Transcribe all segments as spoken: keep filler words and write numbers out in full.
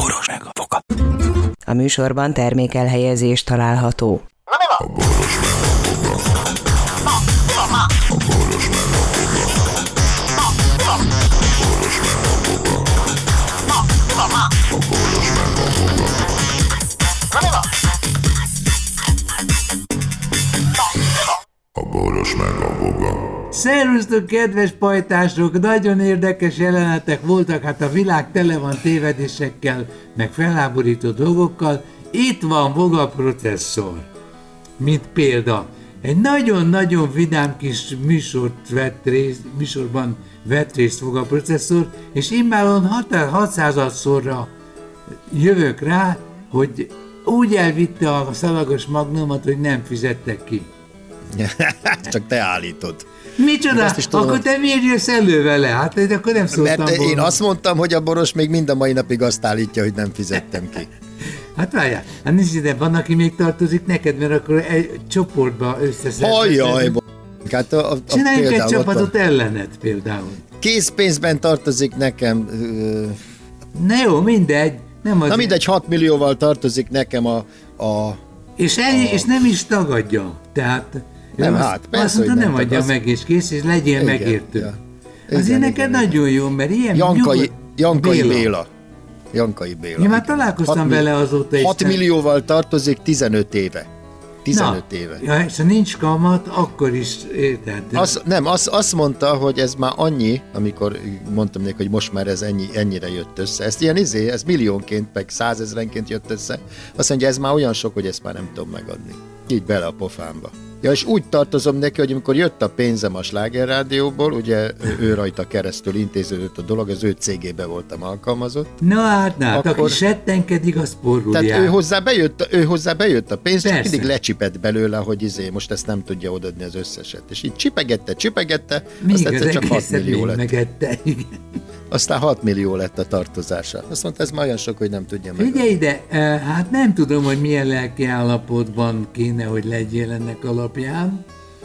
Boros meg a Voga. A műsorban termékelhelyezés található. Na mi van? A Boros meg a Voga. Na, mi van már? A Boros meg a Voga. Na, mi van? A Boros meg a Voga. Na, mi van már? A Boros meg a Voga. Na mi van? Na, mi van? A Boros meg a Voga. Szervusztok, kedves pajtások! Nagyon érdekes jelenetek voltak, hát a világ tele van tévedésekkel, meg felháborító dolgokkal. Itt van Voga processzor, mint példa. Egy nagyon-nagyon vidám kis műsort vett részt, műsorban vett részt Voga processzor, és immáron hatszázadszorra jövök rá, hogy úgy elvitte a szalagos magnumot, hogy nem fizettek ki. Csak te állítod. Micsoda? Tudom, akkor te miért jössz elő vele? Hát akkor nem szóltam Mert volna. én azt mondtam, hogy a Boros még mind a mai napig azt állítja, hogy nem fizettem ki. Hát várjál, hát nincs ide, van, aki még tartozik neked, mert akkor egy csoportba összeszedhetünk. Hajjaj, b***. Hát a, a, Csináljunk egy csapatot a... ellened például. Készpénzben tartozik nekem... Na jó, mindegy. Nem az Na mindegy, hat millióval tartozik nekem a... a és, el, a... és nem is tagadja. Tehát... Nem, azt, hát persze, azt mondta, hogy nem, nem adja az... meg, és kész, és legyél igen, megértő. Ja. Azért igen, neked igen, nagyon igen. jó, mert ilyen Jankai, nyugodt... Jankai Béla. Béla. Jankai Béla. Ja, már találkoztam vele azóta is. hat millióval tartozik tizenöt éve. tizenöt Na, éve. Ja, és ha nincs kamat, akkor is érted. Az, nem, az, azt mondta, hogy ez már annyi, amikor mondtam neki, hogy most már ez ennyi, ennyire jött össze. Ez ilyen izé, ez milliónként, meg százezrenként jött össze. Azt mondja, ez már olyan sok, hogy ezt már nem tudom megadni. Így bele a pofámba. Ja, és úgy tartozom neki, hogy amikor jött a pénzem a Sláger Rádióból, ugye ő rajta keresztül intéződött a dolog, az ő cégébe voltam alkalmazott. Na hát, na, akkor... aki settenkedik, az porul Tehát jár. ő hozzá, bejött, ő hozzá bejött a pénz, Persze. csak mindig lecsipett belőle, hogy izé, most ezt nem tudja odaadni az összeset. És így csipegette, csipegette, Még azt az egyszer csak hat millió lett. megette, igen. Aztán hat millió lett a tartozása. Azt mondta, ez már olyan sok, hogy nem tudja meg. Figyelj ide, hát nem tudom, hogy milyen lelki állapotban kéne, hogy legyél ennek alapján.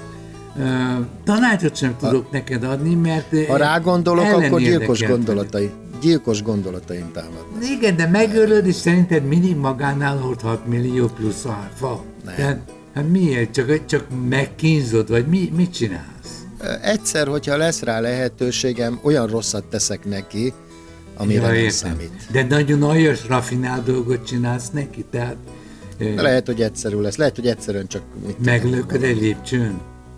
Tanácsot sem tudok ha, neked adni, mert... Ha rágondolok, akkor gyilkos gondolatai, veled. gyilkos gondolataim támadnak. Igen, de megölöd, és szerinted mindig magánál hord hat millió plusz alfa. Tehát, hát miért? Csak, csak megkínzod, vagy mi, mit csinálsz? Egyszer, hogyha lesz rá lehetőségem, olyan rosszat teszek neki, amire ja, nem értem. Számít. De nagyon aljas, rafinált dolgot csinálsz neki, tehát... De lehet, hogy egyszerű lesz. Lehet, hogy egyszerűen csak... Meglököd egy lépcsőn?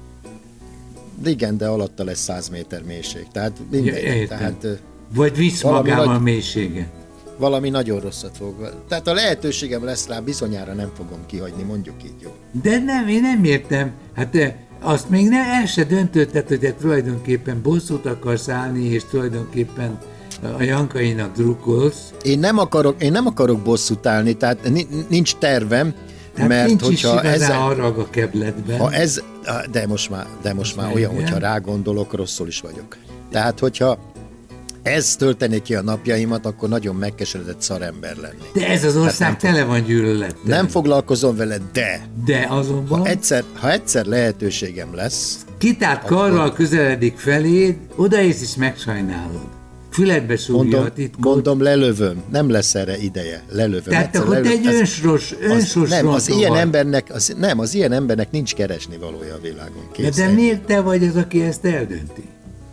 De igen, de alatta lesz száz méter mélység. Tehát mindegy. Ja, tehát, vagy visz magával nagy... mélységet. Valami nagyon rosszat fog. Tehát a lehetőségem lesz rá, bizonyára nem fogom kihagyni, mondjuk így, jó. De nem, én nem értem. Hát azt még nem, el se döntötted, hogy te tulajdonképpen bosszút akarsz állni, és tulajdonképpen a Jankainak drukkolsz. Én nem akarok, én nem akarok bosszút állni, tehát nincs tervem, tehát mert nincs hogyha is ez harag a kebletben. Ha ez, de most már, de most már olyan, hogyha rágondolok, rosszul is vagyok. Tehát, hogyha ez töltené ki a napjaimat, akkor nagyon megkeseredett szarember lennék. De ez az ország tele van gyűlölettel. Nem foglalkozom vele, de... De azonban... Ha egyszer, ha egyszer lehetőségem lesz... Kitárt karral akkor... közeledik feléd, odaész és megsajnálod. Füledbe súgja a titkot. Mondom, lelövöm. Nem lesz erre ideje. Lelövöm. Tehát egyszer akkor te lelövöm. egy önsos, önsos az, nem, az ilyen embernek, az, nem, az ilyen embernek nincs keresni valója a világon. Kész. De, de miért te vagy az, aki ezt eldönti?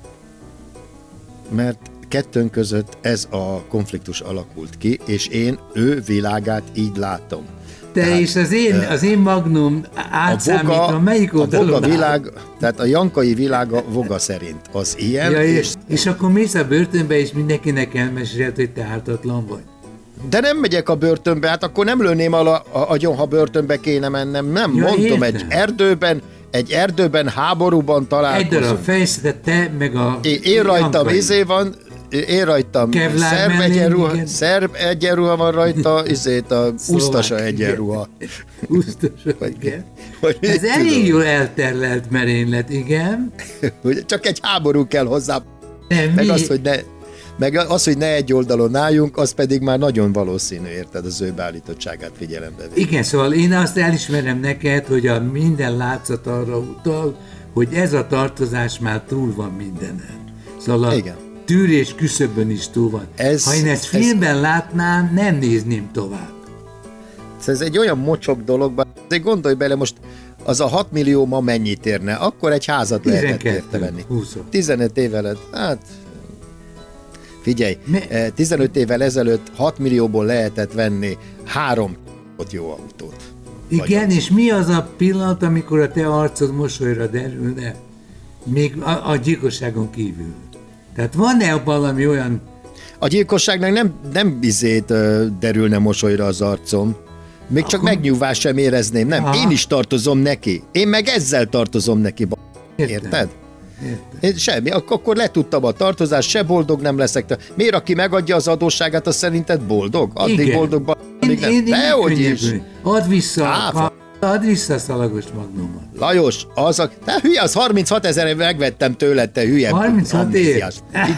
Mert kettőnk között ez a konfliktus alakult ki, és én ő világát így látom. Te tehát, és az én, az én magnum átszámítom, melyik oldalon a Voga világ, tehát a Jankai világa Voga szerint az ilyen. Ja, és, és akkor mész a börtönbe, és mindenkinek elmeséled, hogy te ártatlan vagy. De nem megyek a börtönbe, hát akkor nem lőném a, a, agyon, ha börtönbe kéne mennem. Nem, ja, mondom, értem. egy erdőben, egy erdőben, háborúban találkozunk. Egy darab fejszetet te, meg a... Én, én rajtam izé van, én rajtam szerb egyenruha, szerb egyenruha van rajta, izét a usztasa egyenruha. Usztasa, igen. Ez elég jól elterlelt merénylet, igen. Csak egy háború kell hozzá. Nem, meg mi? az, hogy ne... Meg az, hogy ne egy oldalon álljunk, az pedig már nagyon valószínű, érted, az ő beállítottságát figyelembe véve. Igen, szóval én azt elismerem neked, hogy a minden látszat arra utal, hogy ez a tartozás már túl van mindenen. Szóval a igen. tűrés küszöbön is túl van. Ez, ha én ezt filmben ez, látnám, nem nézném tovább. Ez egy olyan mocsok dolog, azért gondolj bele, most az a hat millió ma mennyit érne, akkor egy házat lehetett érte venni. tizenöt évvel, hát figyelj, Me... tizenöt évvel ezelőtt hat millióból lehetett venni három jó autót. Igen, vagyok. És mi az a pillanat, amikor a te arcod mosolyra derülne, még a, a gyilkosságon kívül? Tehát van-e valami olyan... A gyilkosságnak nem, nem bizét uh, derülne mosolyra az arcom. Még csak Akkor... megnyugvást sem érezném, nem. Aha. Én is tartozom neki. Én meg ezzel tartozom neki. Értem. Érted? Értem. Semmi. Ak- akkor letudtam a tartozást, se boldog nem leszek. Miért, aki megadja az adósságát, az szerinted boldog? Addig Igen. boldog, ba- én, nem. Én, Dehogy is. Add vissza, Áfa. add vissza a szalagos magnumot. Lajos, az a... Te hülye, az harminchat ezerre megvettem tőled, te hülye. harminchat év? Igen.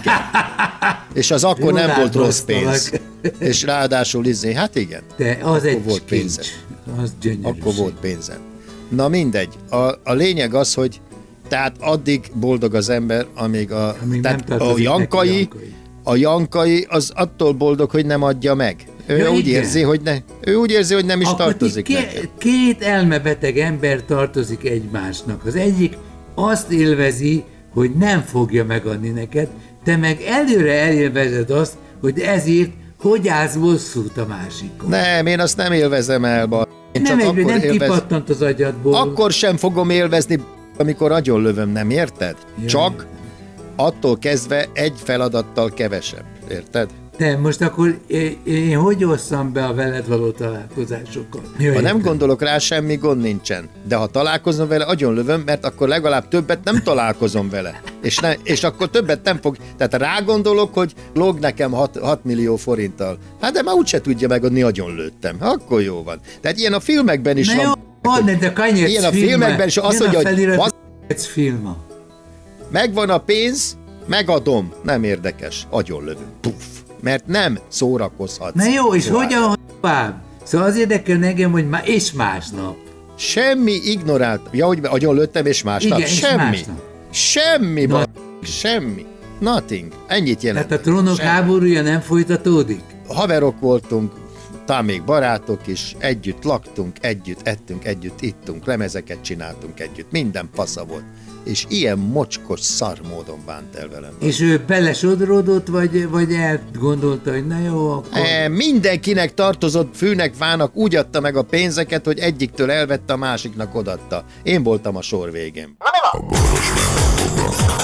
És az akkor Jó, nem volt rossz pénz. És ráadásul izé, hát igen. De az egy volt pénzem. Az gyönyörűség. Akkor volt pénzem. Na mindegy. A, a lényeg az, hogy tehát addig boldog az ember, amíg a, amíg tehát a jankai, jankai, a jankai az attól boldog, hogy nem adja meg. Ő ja, úgy érzi, hogy ne, ő úgy érzi, hogy nem is Akkor tartozik ké- nekem. Két elmebeteg ember tartozik egymásnak. Az egyik azt élvezi, hogy nem fogja megadni neked, te meg előre elélvezed azt, hogy ezért hogy állsz bosszút a másikon. Nem, én azt nem élvezem el, ba. Én nem csak egy, akkor nem élvez... kipattant az agyadból. Akkor sem fogom élvezni, amikor agyonlövöm, nem érted? Jaj. Csak attól kezdve egy feladattal kevesebb, érted? Te most akkor én, én hogy osszam be a veled való találkozásokat? Ha nem gondolok rá, semmi gond nincsen. De ha találkozom vele, agyonlövöm, mert akkor legalább többet nem találkozom vele. És, ne, és akkor többet nem fog... Tehát rá gondolok, hogy lóg nekem hat millió forinttal. Hát de már úgyse tudja megadni, agyonlőttem. Akkor jó van. Tehát ilyen a filmekben is Na van. Jó, van, de kanyarc ilyen a filmekben is azt mondja, hogy... Basz... filma. Megvan a pénz, megadom. Nem érdekes. Agyonlövöm. Puff. Mert nem szórakozhatsz. Na jó, és tovább. Hogyan tovább? Szóval az érdekel nekem, hogy már és másnap. Semmi ignorált. Ja, hogy agyon lőttem, és másnap. Igen, semmi. És másnap. Semmi. Na, semmi. Nothing. Ennyit jelent. Tehát a trónok semmi. Háborúja nem folytatódik? Haverok voltunk, talán még barátok is, együtt laktunk, együtt ettünk, együtt ittunk, lemezeket csináltunk együtt, minden fasza volt. És ilyen mocskos szar módon bánt el velem. És ő belesodródott, vagy, vagy elgondolta, hogy na jó, akkor... E, mindenkinek tartozott fűnek, vának, úgy adta meg a pénzeket, hogy egyiktől elvette, a másiknak odatta. Én voltam a sor végén. A boros meg a boga.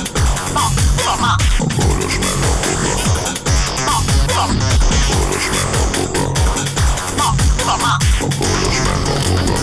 A boros meg a boga. A boros meg a boga. A boros meg a boga.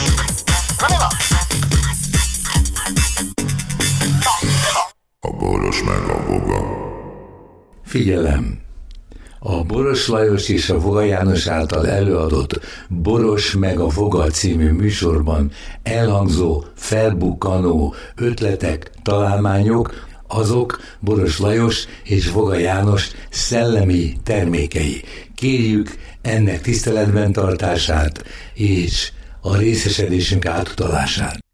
A boros meg a boga. Figyelem! A Boros Lajos és a Voga János által előadott Boros meg a Voga című műsorban elhangzó, felbukkanó ötletek, találmányok, azok Boros Lajos és Voga János szellemi termékei. Kérjük ennek tiszteletben tartását és a részesedésünk átutalását.